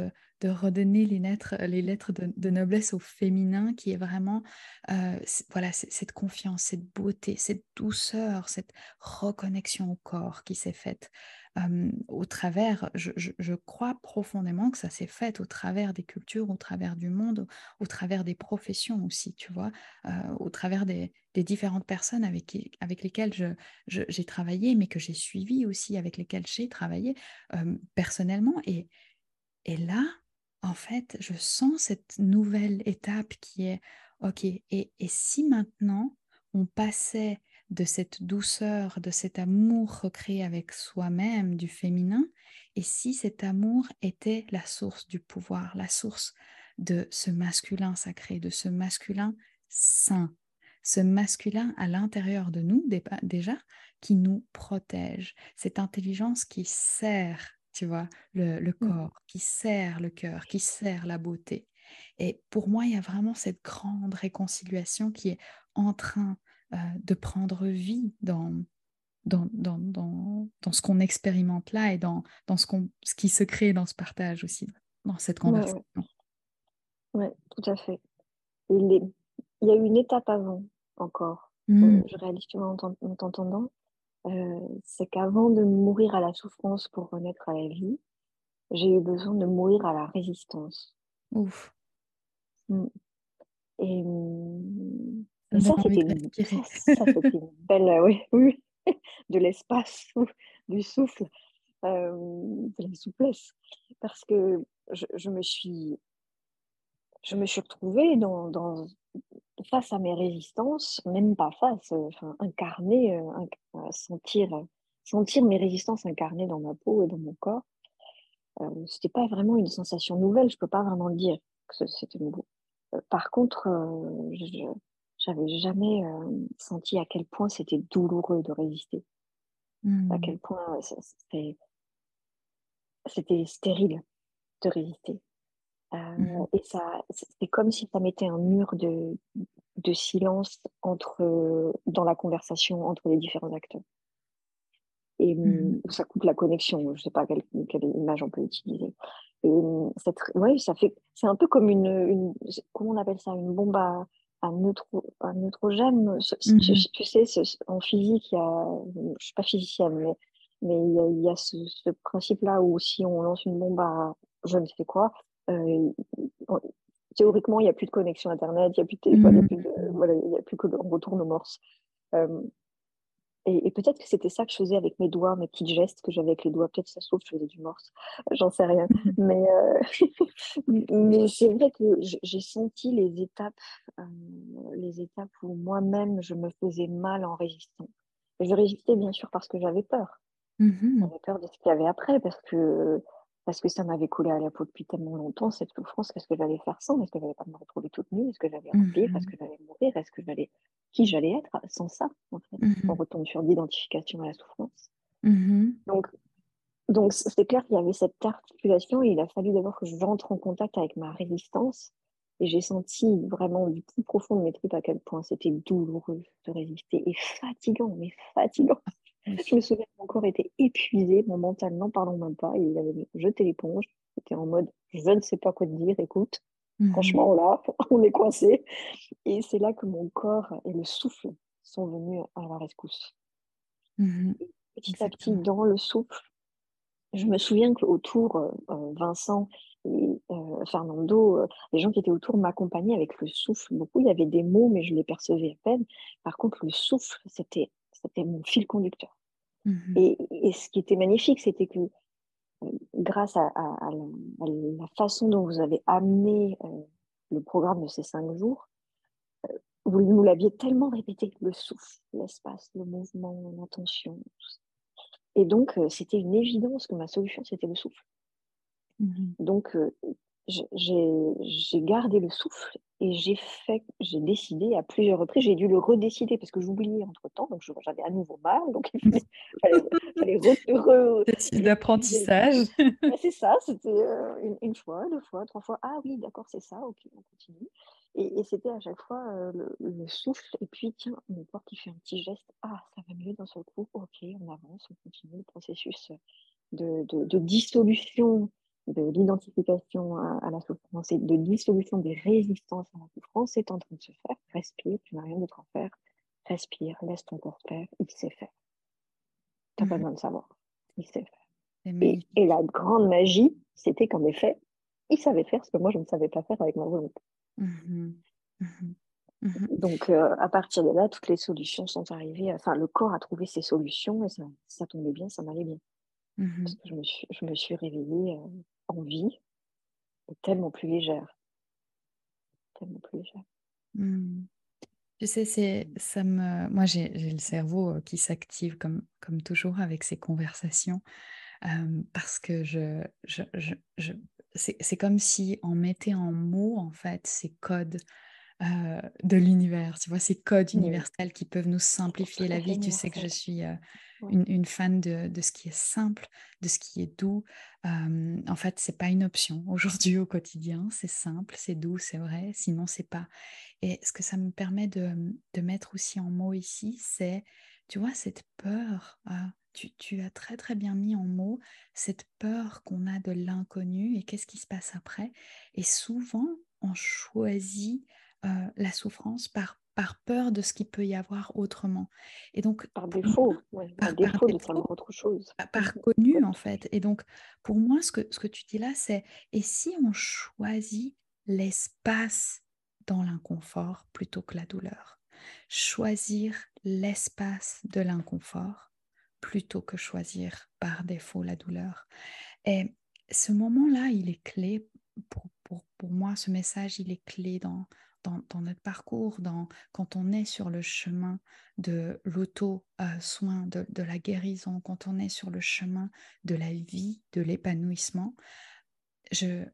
de redonner les lettres de noblesse au féminin qui est vraiment voilà, cette confiance, cette beauté, cette douceur, cette reconnexion au corps qui s'est faite au travers, je crois profondément que ça s'est fait au travers des cultures, au travers du monde, au travers des professions aussi, tu vois, au travers des différentes personnes avec lesquelles j'ai travaillé, mais que j'ai suivies aussi, avec lesquelles j'ai travaillé personnellement. Et là, en fait, je sens cette nouvelle étape qui est, OK, et si maintenant on passait de cette douceur, de cet amour recréé avec soi-même, du féminin, et si cet amour était la source du pouvoir, la source de ce masculin sacré, de ce masculin saint, ce masculin à l'intérieur de nous déjà, qui nous protège, cette intelligence qui sert, tu vois, le Mhm. corps, qui sert le cœur, qui sert la beauté. Et pour moi, il y a vraiment cette grande réconciliation qui est en train de prendre vie dans ce qu'on expérimente là et dans ce qui se crée dans ce partage aussi, dans cette Ouais, ouais, conversation. ouais, tout à fait. Et il y a eu une étape avant encore. Mm. Je réalise, tu vois, en t'entendant, c'est qu'avant de mourir à la souffrance pour renaître à la vie, j'ai eu besoin de mourir à la résistance. Ouf, Mm. Et, ça et me donne ça, envie de respirer. c'était une belle, oui, oui, de l'espace, du souffle, de la souplesse. Parce que je, je me suis, je me suis retrouvée face à mes résistances, même pas face, enfin, incarner, sentir mes résistances incarnées dans ma peau et dans mon corps. C'était pas vraiment une sensation nouvelle, je peux pas vraiment le dire que c'était nouveau. Par contre, j'avais jamais senti à quel point c'était douloureux de résister, à Mm. quel point c'était stérile de résister. Mhm. Et ça, c'était comme si ça mettait un mur de silence dans la conversation entre les différents acteurs. Et Mhm. ça coupe la connexion. Je ne sais pas quelle image on peut utiliser. Et ouais, c'est un peu comme comment on appelle ça, une bombe à neutrogène. Mhm. Tu sais, en physique, je ne suis pas physicienne, mais il y a ce principe-là où si on lance une bombe à je ne sais quoi, euh, on- théoriquement, il n'y a plus de connexion Internet, il n'y a plus de téléphone, Mhm. voilà, il n'y a plus que on retourne aux morses. Euh, et peut-être que c'était ça que je faisais avec mes doigts, mes petits gestes que j'avais avec les doigts. Peut-être ça se trouve, je faisais du morse. J'en sais rien. Mhm. Mais c'est vrai que j'ai senti les étapes où moi-même, je me faisais mal en résistant. Et je résistais bien sûr parce que j'avais peur. Mhm. J'avais peur de ce qu'il y avait après parce que ça m'avait collé à la peau depuis tellement longtemps, cette souffrance. Qu'est-ce que j'allais faire sans? Est-ce que j'allais pas me retrouver toute nue? Est-ce que j'allais remplir? Est-ce Mhm. que j'allais mourir? Qui j'allais être sans ça, en fait? On Mhm. retombe sur l'identification à la souffrance. Mhm. Donc, donc c'est clair qu'il y avait cette articulation et il a fallu d'abord que j'entre en contact avec ma résistance. Et j'ai senti vraiment du plus profond de mes tripes à quel point c'était douloureux de résister et fatigant, mais fatigant. Je Oui. me souviens que mon corps était épuisé, mon mental n'en parlons même pas. Il avait jeté l'éponge. C'était en mode, je ne sais pas quoi te dire, écoute, Mhm. franchement, là, on est coincé. Et c'est là que mon corps et le souffle sont venus à la rescousse. Mhm. Et petit à petit, Exactement. dans le souffle, je me souviens qu'autour, Vincent et Fernando, les gens qui étaient autour m'accompagnaient avec le souffle beaucoup. Il y avait des mots, mais je les percevais à peine. Par contre, le souffle, c'était mon fil conducteur. Mhm. Et ce qui était magnifique, c'était que grâce à la façon dont vous avez amené le programme de ces 5 jours, vous nous l'aviez tellement répété, le souffle, l'espace, le mouvement, l'intention. Et donc, c'était une évidence que ma solution, c'était le souffle. Mhm. Donc, j'ai gardé le souffle et j'ai décidé à plusieurs reprises, j'ai dû le redécider parce que j'oubliais entre-temps, donc j'avais à nouveau mal, donc fallait, fallait Des fils réutiliser. d'apprentissage. Ben, c'est ça, c'était une fois, 2 fois, 3 fois. Ah oui, d'accord, c'est ça, ok, on continue. Et c'était à chaque fois le souffle, et puis tiens, mon corps qui fait un petit geste. Ah, ça va mieux d'un seul coup, ok, on avance, on continue le processus de dissolution de l'identification à la souffrance et de dissolution des résistances à la souffrance est en train de se faire. Respire, tu n'as rien d'autre à faire. Respire, laisse ton corps faire, il sait faire. Tu n'as pas Mhm. besoin de savoir, il sait faire. C'est Et magnifique. la grande magie, c'était qu'en effet, il savait faire ce que moi, je ne savais pas faire avec ma volonté. Mhm. Mhm. Mhm. Donc, à partir de là, toutes les solutions sont arrivées. Enfin, le corps a trouvé ses solutions et ça tombait bien, ça m'allait bien. Parce Mhm. que je me suis réveillée en vie et tellement plus légère. Tellement plus légère. Mhm. Tu sais, moi j'ai le cerveau qui s'active comme toujours avec ces conversations parce que c'est comme si on mettait en mots en fait ces codes de l'univers, tu vois, ces codes Mm. universels qui peuvent nous C'est simplifier tout la à fait vie. Tu sais que je universel. suis Ouais. une fan de ce qui est simple, de ce qui est doux. En fait, c'est pas une option aujourd'hui au quotidien. C'est simple, c'est doux, c'est vrai. Sinon, c'est pas. Et ce que ça me permet de mettre aussi en mots ici, c'est, tu vois, cette peur. Tu as très très bien mis en mots cette peur qu'on a de l'inconnu et qu'est-ce qui se passe après. Et souvent, on choisit la souffrance par peur de ce qu'il peut y avoir autrement. Et donc, Par pour moi, défaut, ouais. À par défaut de défaut, savoir autre chose. par Ouais, connu en tout à fait. fait. Et donc, pour moi, ce que tu dis là, c'est, et si on choisit l'espace dans l'inconfort plutôt que la douleur? Choisir l'espace de l'inconfort plutôt que choisir par défaut la douleur. Et ce moment-là, il est clé pour moi, ce message, il est clé dans notre parcours, quand on est sur le chemin de l'auto-soin, de la guérison, quand on est sur le chemin de la vie, de l'épanouissement. Je,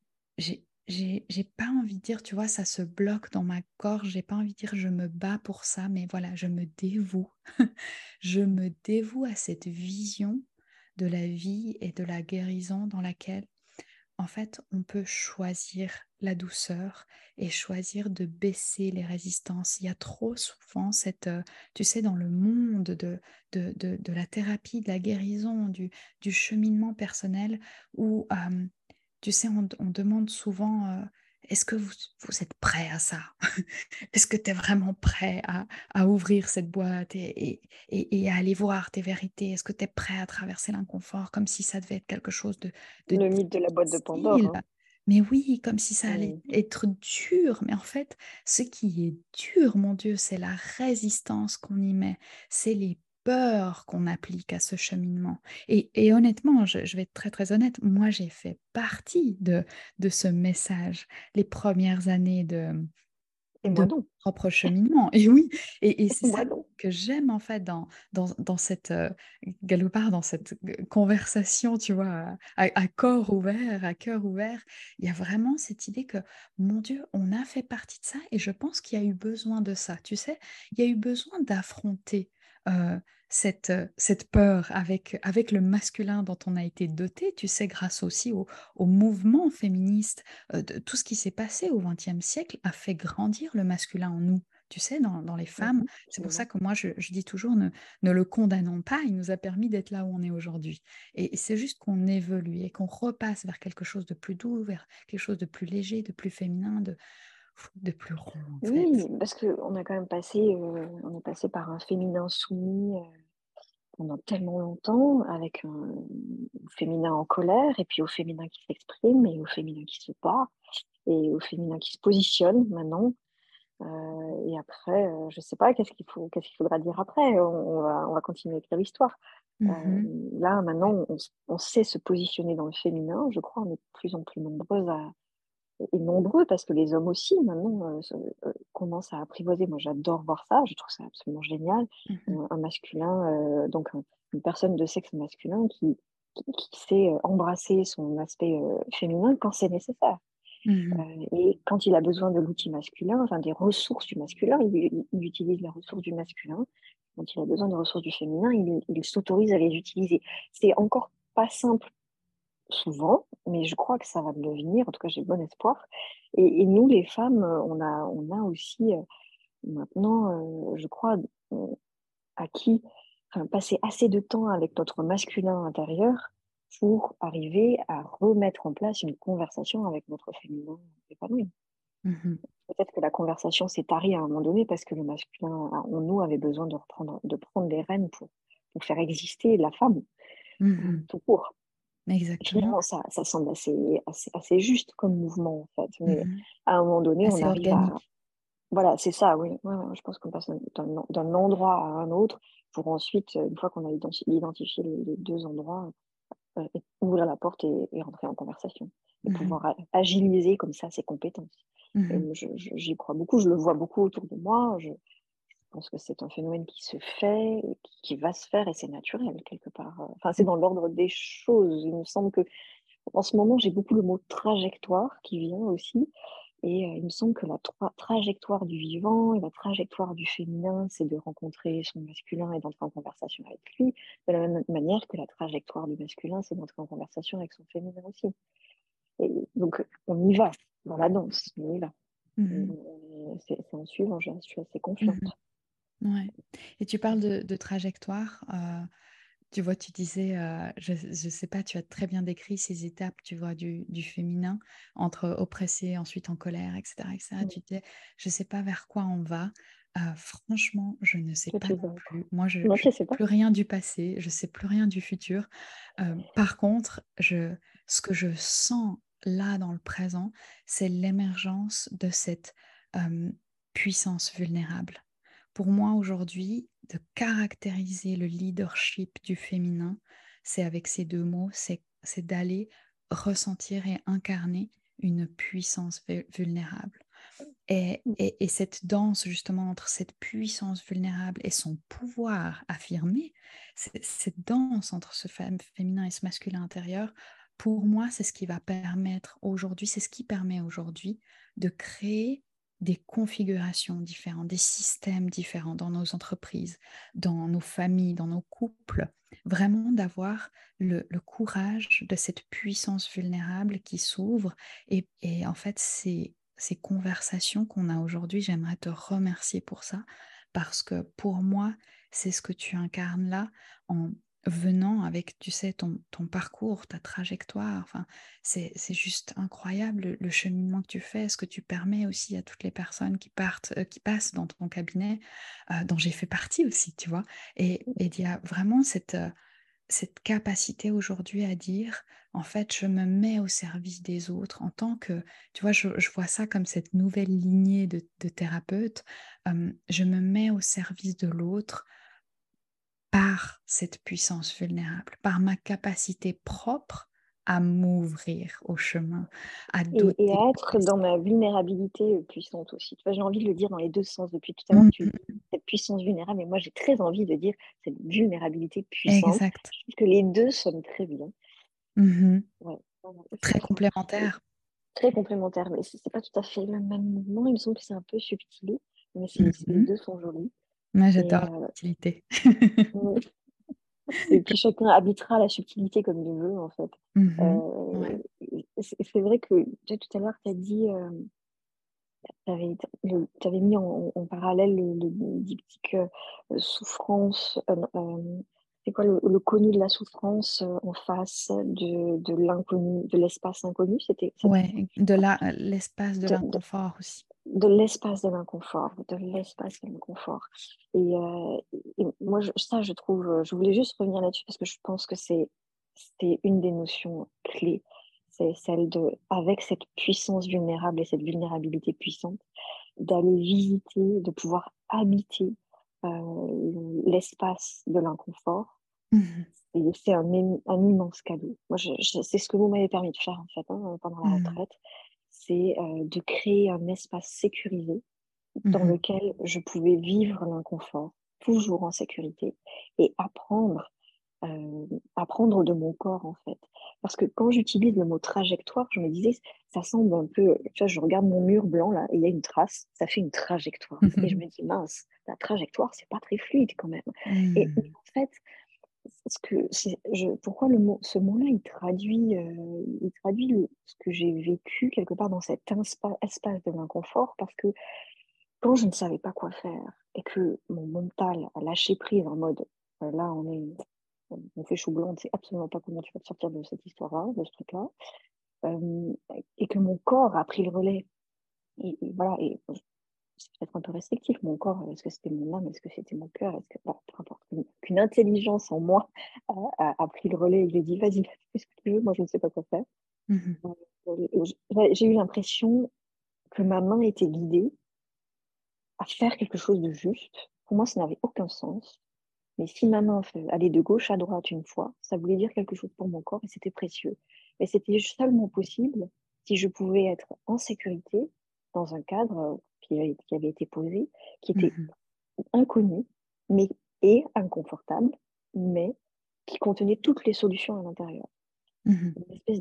j'ai pas envie de dire, tu vois, ça se bloque dans ma gorge, j'ai pas envie de dire je me bats pour ça, mais voilà, je me dévoue. Je me dévoue à cette vision de la vie et de la guérison dans laquelle, en fait, on peut choisir la douceur et choisir de baisser les résistances. Il y a trop souvent tu sais, dans le monde de la thérapie, de la guérison, du cheminement personnel, où tu sais, on demande souvent, est-ce que vous êtes prêt à ça? Est-ce que tu es vraiment prêt à ouvrir cette boîte et à aller voir tes vérités? Est-ce que tu es prêt à traverser l'inconfort comme si ça devait être quelque chose de Le mythe de la boîte de Pandore, difficile? hein. Mais oui, comme si ça allait Mm. être dur. Mais en fait, ce qui est dur, mon Dieu, c'est la résistance qu'on y met. C'est les peurs qu'on applique à ce cheminement. Et honnêtement, je vais être très très honnête, moi j'ai fait partie de ce message les premières années Et de moi mon non. propre cheminement. Et oui, et c'est ça Moi non. que j'aime en fait dans cette galopard, dans cette conversation, tu vois, à corps ouvert, à cœur ouvert. Il y a vraiment cette idée que, mon Dieu, on a fait partie de ça et je pense qu'il y a eu besoin de ça. Tu sais, il y a eu besoin d'affronter euh, cette peur avec le masculin dont on a été doté, tu sais, grâce aussi au mouvement féministe. Tout ce qui s'est passé au XXe siècle a fait grandir le masculin en nous. Tu sais, dans les femmes, c'est pour ça Absolument. que moi, je dis toujours, ne le condamnons pas, il nous a permis d'être là où on est aujourd'hui. Et c'est juste qu'on évolue et qu'on repasse vers quelque chose de plus doux, vers quelque chose de plus léger, de plus féminin, de plus rond, en Oui, fait. parce qu'on a quand même on est passé par un féminin soumis pendant tellement longtemps, avec un féminin en colère, et puis au féminin qui s'exprime, et au féminin qui se bat, et au féminin qui se positionne maintenant. Et après, je sais pas, qu'est-ce qu'il faudra dire après? On va continuer à écrire l'histoire. Euh, Mhm. Là, maintenant, on sait se positionner dans le féminin. Je crois on est de plus en plus nombreuses et nombreux, parce que les hommes aussi, maintenant, commencent à apprivoiser. Moi, j'adore voir ça. Je trouve ça absolument génial. Mhm. Un masculin, une personne de sexe masculin qui sait embrasser son aspect féminin quand c'est nécessaire. Mhm. Et quand il a besoin de l'outil masculin, enfin des ressources du masculin, il utilise les ressources du masculin. Quand il a besoin des ressources du féminin, il s'autorise à les utiliser. C'est encore pas simple souvent, mais je crois que ça va le devenir. En tout cas, j'ai bon espoir. Et nous, les femmes, on a aussi maintenant, je crois, euh, acquis, enfin, passé assez de temps avec notre masculin intérieur pour arriver à remettre en place une conversation avec notre féminin épanoui. Mhm. Peut-être que la conversation s'est tarie à un moment donné parce que le masculin en nous avait besoin de prendre les rênes pour faire exister la femme, Mhm. tout court. Exactement. Finalement, ça semble assez juste comme mouvement, en fait. Mais Mhm. à un moment donné, on Assez arrive à... organique. Voilà, c'est ça, oui. Ouais, ouais, je pense qu'on passe d'un endroit à un autre pour ensuite, une fois qu'on a identifié les deux endroits, ouvrir la porte et rentrer en conversation. Et Mhm. pouvoir agiliser comme ça ses compétences. Et Mhm. j'y crois beaucoup, je le vois beaucoup autour de moi. Je pense que c'est un phénomène qui se fait, et qui va se faire, et c'est naturel quelque part. Enfin, c'est dans l'ordre des choses. Il me semble que en ce moment, j'ai beaucoup le mot trajectoire qui vient aussi. Et il me semble que la trajectoire du vivant et la trajectoire du féminin, c'est de rencontrer son masculin et d'entrer en conversation avec lui, de la même manière que la trajectoire du masculin, c'est d'entrer en conversation avec son féminin aussi. Et donc, on y va dans la danse, on y va. Mhm. C'est en suivant, je suis assez Mhm. confiante. Ouais. Et tu parles de trajectoire. Tu vois, tu disais, je ne sais pas, tu as très bien décrit ces étapes, tu vois, du féminin, entre oppressé, ensuite en colère, etc., etc. Mm. Tu disais, je ne sais pas vers quoi on va. Franchement, je ne sais Toi, pas tu non vas plus. Moi, je Non, ne je sais sais pas. plus rien du passé, je ne sais plus rien du futur. Par contre, ce que je sens là dans le présent, c'est l'émergence de cette euh, puissance vulnérable. Pour moi, aujourd'hui, de caractériser le leadership du féminin, c'est avec ces deux mots, c'est d'aller ressentir et incarner une puissance vulnérable. Et cette danse justement entre cette puissance vulnérable et son pouvoir affirmé, cette danse entre ce féminin et ce masculin intérieur, pour moi, c'est ce qui va permettre aujourd'hui, c'est ce qui permet aujourd'hui de créer des configurations différentes, des systèmes différents dans nos entreprises, dans nos familles, dans nos couples, vraiment d'avoir le courage de cette puissance vulnérable qui s'ouvre. Et en fait, ces conversations qu'on a aujourd'hui, j'aimerais te remercier pour ça, parce que pour moi, c'est ce que tu incarnes là en venant avec, tu sais, ton parcours, ta trajectoire. Enfin, c'est juste incroyable le cheminement que tu fais, ce que tu permets aussi à toutes les personnes qui partent, qui passent dans ton cabinet, dont j'ai fait partie aussi, tu vois. Et il y a vraiment cette capacité aujourd'hui à dire, en fait, je me mets au service des autres en tant que, tu vois, je vois ça comme cette nouvelle lignée de thérapeutes. Je me mets au service de l'autre par cette puissance vulnérable, par ma capacité propre à m'ouvrir au chemin, à Et douter, à à être dans ma vulnérabilité puissante aussi. Tu vois, j'ai envie de le dire dans les deux sens. Depuis tout à l'heure, tu Mhm. dis cette puissance vulnérable, et moi, j'ai très envie de dire cette vulnérabilité puissante. Exact. Je trouve que les deux sonnent très bien. Mhm. Ouais, vraiment, c'est Très ça. Et complémentaire. très complémentaire, mais c'est pas tout à fait le même mouvement. Il me semble que c'est un peu subtil, mais les Mhm. deux sont jolis. Moi, Et, j'adore la subtilité. mm, et puis chacun habitera la subtilité comme il veut, en fait. Mhm. Ouais. Euh, c'est vrai que tu sais, tout à l'heure, tu as dit, tu avais mis en parallèle le diptyque souffrance, c'est quoi le connu de la souffrance en face de l'inconnu, de l'espace inconnu, c'était ça, Ouais, je crois. l'espace de De, de, l'inconfort aussi. de l'espace de l'inconfort, de l'espace de l'inconfort. Et moi, ça, je trouve, je voulais juste revenir là-dessus parce que je pense que c'est une des notions clés. C'est celle de, avec cette puissance vulnérable et cette vulnérabilité puissante, d'aller visiter, de pouvoir habiter l'espace de l'inconfort. Mhm. Et c'est un immense cadeau. Moi, c'est ce que vous m'avez permis de faire en fait pendant la Mhm. retraite, c'est de créer un espace sécurisé dans Mhm. lequel je pouvais vivre l'inconfort, toujours en sécurité, et apprendre de mon corps en fait. Parce que quand j'utilise le mot trajectoire, je me disais, ça semble un peu, tu vois, je regarde mon mur blanc là, et il y a une trace, ça fait une trajectoire. Et je me dis, mince, la trajectoire, c'est pas très fluide quand même. Et Mhm. en fait, pourquoi ce mot-là, il traduit ce que j'ai vécu quelque part dans cet espace de l'inconfort, parce que quand je ne savais pas quoi faire et que mon mental a lâché prise en mode, là, on est on fait chou blanc, on ne sait absolument pas comment tu vas te sortir de cette histoire-là, de ce truc-là. Euh, et que mon corps a pris le relais. Et voilà, et c'est peut-être un peu restrictif, mon corps, est-ce que c'était mon âme, est-ce que c'était mon cœur, est-ce que, bah, peu importe, qu'une intelligence en moi a pris le relais et lui a dit, vas-y, fais ce que tu veux, moi je ne sais pas quoi faire. Mhm. J'ai eu l'impression que ma main était guidée à faire quelque chose de juste. Pour moi, ça n'avait aucun sens. Mais si ma main allait de gauche à droite une fois, ça voulait dire quelque chose pour mon corps et c'était précieux. Et c'était seulement possible si je pouvais être en sécurité dans un cadre qui avait été posé, qui était Mhm. inconnu mais, et inconfortable, mais qui contenait toutes les solutions à l'intérieur. Mhm.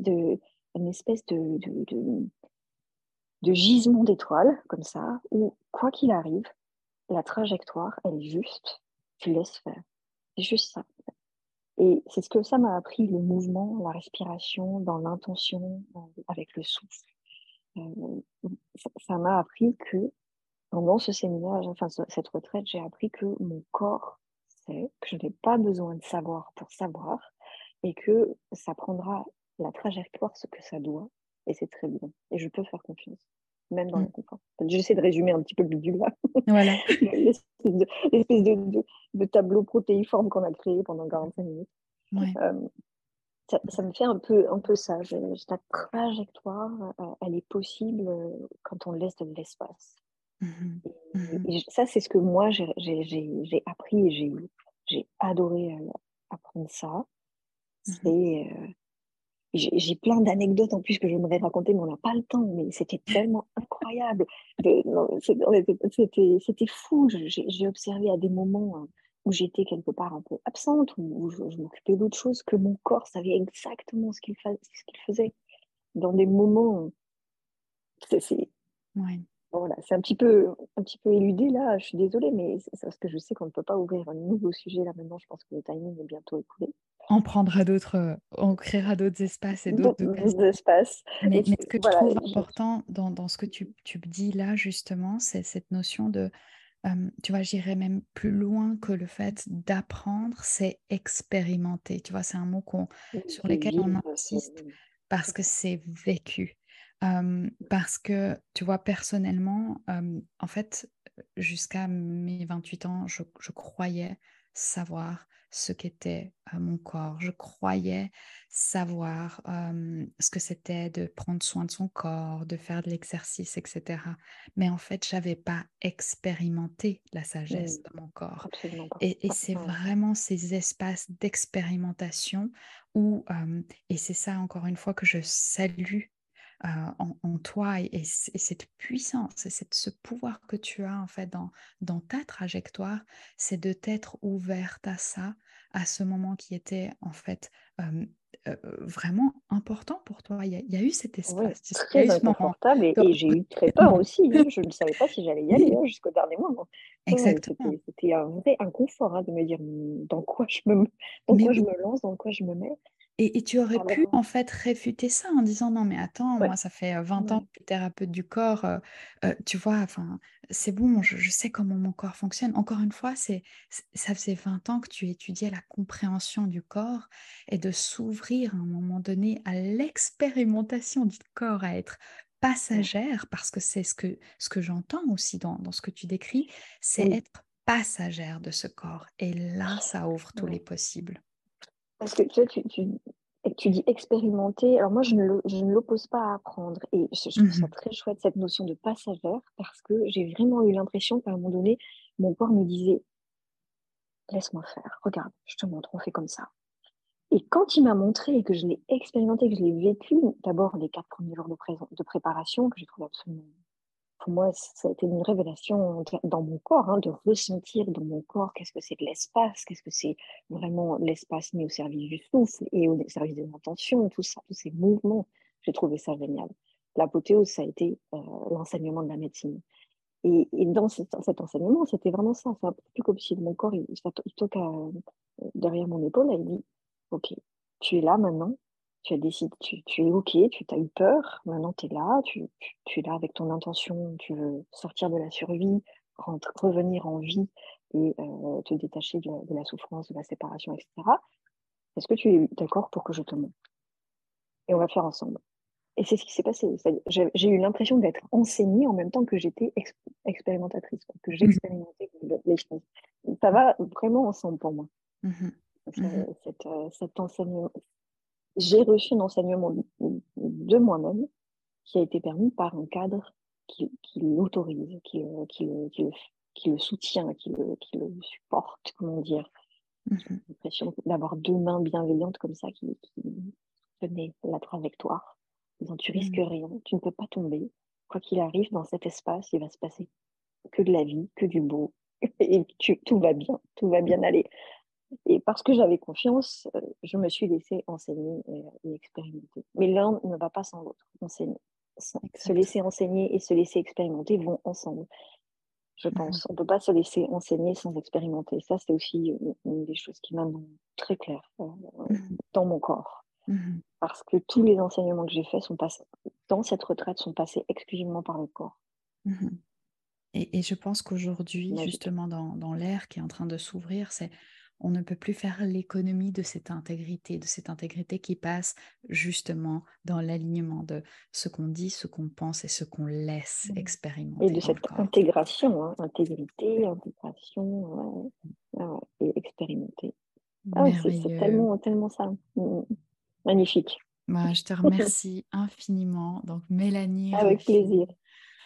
Une espèce de gisement d'étoiles, comme ça, où, quoi qu'il arrive, la trajectoire, elle est juste, tu laisses faire. C'est juste ça. Et c'est ce que ça m'a appris, le mouvement, la respiration, dans l'intention, avec le souffle. Ça m'a appris que pendant ce séminaire, enfin cette retraite, j'ai appris que mon corps sait, que je n'ai pas besoin de savoir pour savoir, et que ça prendra la trajectoire ce que ça doit, et c'est très bien. Et je peux faire confiance, même dans Mhm. l'inconfort. J'essaie de résumer un petit peu le bidule là, Voilà. l'espèce de tableau protéiforme qu'on a créé pendant 45 minutes. Ouais. Euh, ça me fait un peu ça. Ta trajectoire, elle est possible quand on laisse de l'espace. Mhm. Et, Mhm. ça, c'est ce que moi, j'ai appris et j'ai adoré apprendre ça. Mhm. J'ai plein d'anecdotes en plus que j'aimerais raconter, mais on n'a pas le temps. Mais c'était tellement incroyable. Non, c'était fou. J'ai observé à des moments où j'étais quelque part un peu absente, où je m'occupais d'autre chose, que mon corps savait exactement ce qu'il faisait. Dans des moments, c'est Ouais. voilà, c'est un petit peu éludé là. Je suis désolée, mais c'est parce que je sais qu'on ne peut pas ouvrir un nouveau sujet là maintenant. Je pense que le timing est bientôt écoulé. On prendra d'autres, on créera d'autres espaces et d'autres occasions. D'autres espaces. Et Mais ce que je voilà, trouve important dans ce que tu me dis là, justement, c'est cette notion de, tu vois, j'irais même plus loin que le fait d'apprendre, c'est expérimenter. Tu vois, c'est un mot sur c'est lequel on vivre, insiste parce que c'est vécu. Parce que, tu vois, personnellement, en fait, jusqu'à mes 28 ans, je croyais savoir ce qu'était mon corps. Je croyais savoir ce que c'était de prendre soin de son corps, de faire de l'exercice, etc. Mais en fait, j'avais pas expérimenté la sagesse de mon corps. absolument pas. Et Ouais, c'est ouais. vraiment ces espaces d'expérimentation où, et c'est ça encore une fois que je salue en toi et cette puissance et ce pouvoir que tu as en fait dans ta trajectoire, c'est de t'être ouverte à ça, à ce moment qui était en fait euh, vraiment important pour toi. Il y a eu cet Oui, espace, tu sais, il y a eu très ce moment. inconfortable Donc, et j'ai eu très peur vraiment. aussi, hein. Je ne savais pas si j'allais y aller hein, jusqu'au dernier moment. Ouais, Exactement. c'était un vrai inconfort hein, de me dire dans Mais quoi je oui, me lance, dans quoi je me mets. et tu aurais pu Alors, en fait réfuter ça en disant non mais attends, ouais, moi ça fait 20 ans que ouais, je suis thérapeute du corps, tu vois, enfin c'est bon, je sais comment mon corps fonctionne. Encore une fois, ça faisait 20 ans que tu étudiais la compréhension du corps et de s'ouvrir à un moment donné à l'expérimentation du corps, à être ouais. passagère, parce que c'est ce que j'entends aussi dans ce que tu décris, c'est Oui, être passagère de ce corps. Et là, ça ouvre tous les ouais. possibles. Parce que tu vois, tu dis expérimenter. Alors moi, je ne l'oppose pas à apprendre. Et je trouve ça Mhm. très chouette, cette notion de passagère, parce que j'ai vraiment eu l'impression qu'à un moment donné, mon corps me disait, laisse-moi faire, regarde, je te montre, on fait comme ça. Et quand il m'a montré et que je l'ai expérimenté, que je l'ai vécu, d'abord les 4 premiers jours de préparation, que j'ai trouvé absolument, pour moi, ça a été une révélation dans mon corps, hein, de ressentir dans mon corps qu'est-ce que c'est de l'espace, qu'est-ce que c'est vraiment l'espace mis au service du souffle et au service de l'intention, tout ça, tous ces mouvements. J'ai trouvé ça génial. L'apothéose, ça a été l'enseignement de la médecine. Et dans cet enseignement, c'était vraiment ça. C'est un peu plus comme si mon corps, il toque derrière mon épaule et il dit, OK, tu es là maintenant, tu as décidé, tu es OK, tu as eu peur, maintenant tu es là, tu es là avec ton intention, tu veux sortir de la survie, revenir en vie et te détacher de la souffrance, de la séparation, etc. Est-ce que tu es d'accord pour que je te montre? Et on va faire ensemble. Et c'est ce qui s'est passé. J'ai eu l'impression d'être enseignée en même temps que j'étais expérimentatrice, quoi, que Mhm. j'expérimentais les choses. Ça va vraiment ensemble pour moi. Mhm. Ça- Mhm. cet enseignement. J'ai reçu un enseignement de moi-même qui a été permis par un cadre qui l'autorise, qui le soutient, qui le supporte, comment dire. J'ai Mhm. l'impression d'avoir deux mains bienveillantes comme ça qui tenaient la trajectoire. Disant, tu risques Mhm. rien, tu ne peux pas tomber. Quoi qu'il arrive, dans cet espace, il va se passer que de la vie, que du beau. Et tout va bien aller. Et parce que j'avais confiance, je me suis laissée enseigner et expérimenter. Mais l'un ne va pas sans l'autre. Se Exact. laisser enseigner et se laisser expérimenter vont ensemble, je Mhm. pense. On ne peut pas se laisser enseigner sans expérimenter. Ça, c'est aussi une des choses qui m'amène très clair Mhm. dans mon corps. Mhm. Parce que tous les enseignements que j'ai faits sont passés, dans cette retraite, sont passés exclusivement par le corps. Mhm. Et je pense qu'aujourd'hui, Magique. justement, dans l'ère qui est en train de s'ouvrir, on ne peut plus faire l'économie de cette intégrité qui passe justement dans l'alignement de ce qu'on dit, ce qu'on pense et ce qu'on laisse Et expérimenter de dans le cette corps. intégration, hein, intégrité, intégration, et expérimenter. Ah ouais, c'est Merveilleux. tellement, tellement ça. Magnifique. Moi, je te remercie infiniment. Donc, Mélanie Avec plaisir. Ruffini,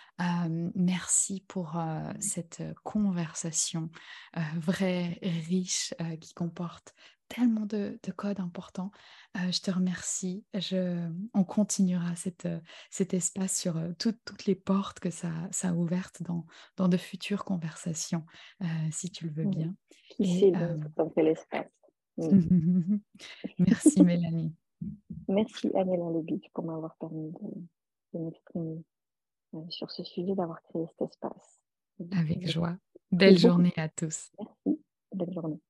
merci pour cette conversation vraie, riche, qui comporte tellement de codes importants. Je te remercie. On continuera cet espace sur toutes les portes que ça a ouvertes dans de futures conversations, si tu le veux Mm. bien. Qui Et sait dans quel espace. Mm. merci Mélanie, Merci Annela Lebic pour m'avoir permis de m'exprimer sur ce sujet, d'avoir créé cet espace. avec J'ai joie. pris Belle beaucoup de journée plaisir. à tous. Merci. Belle journée.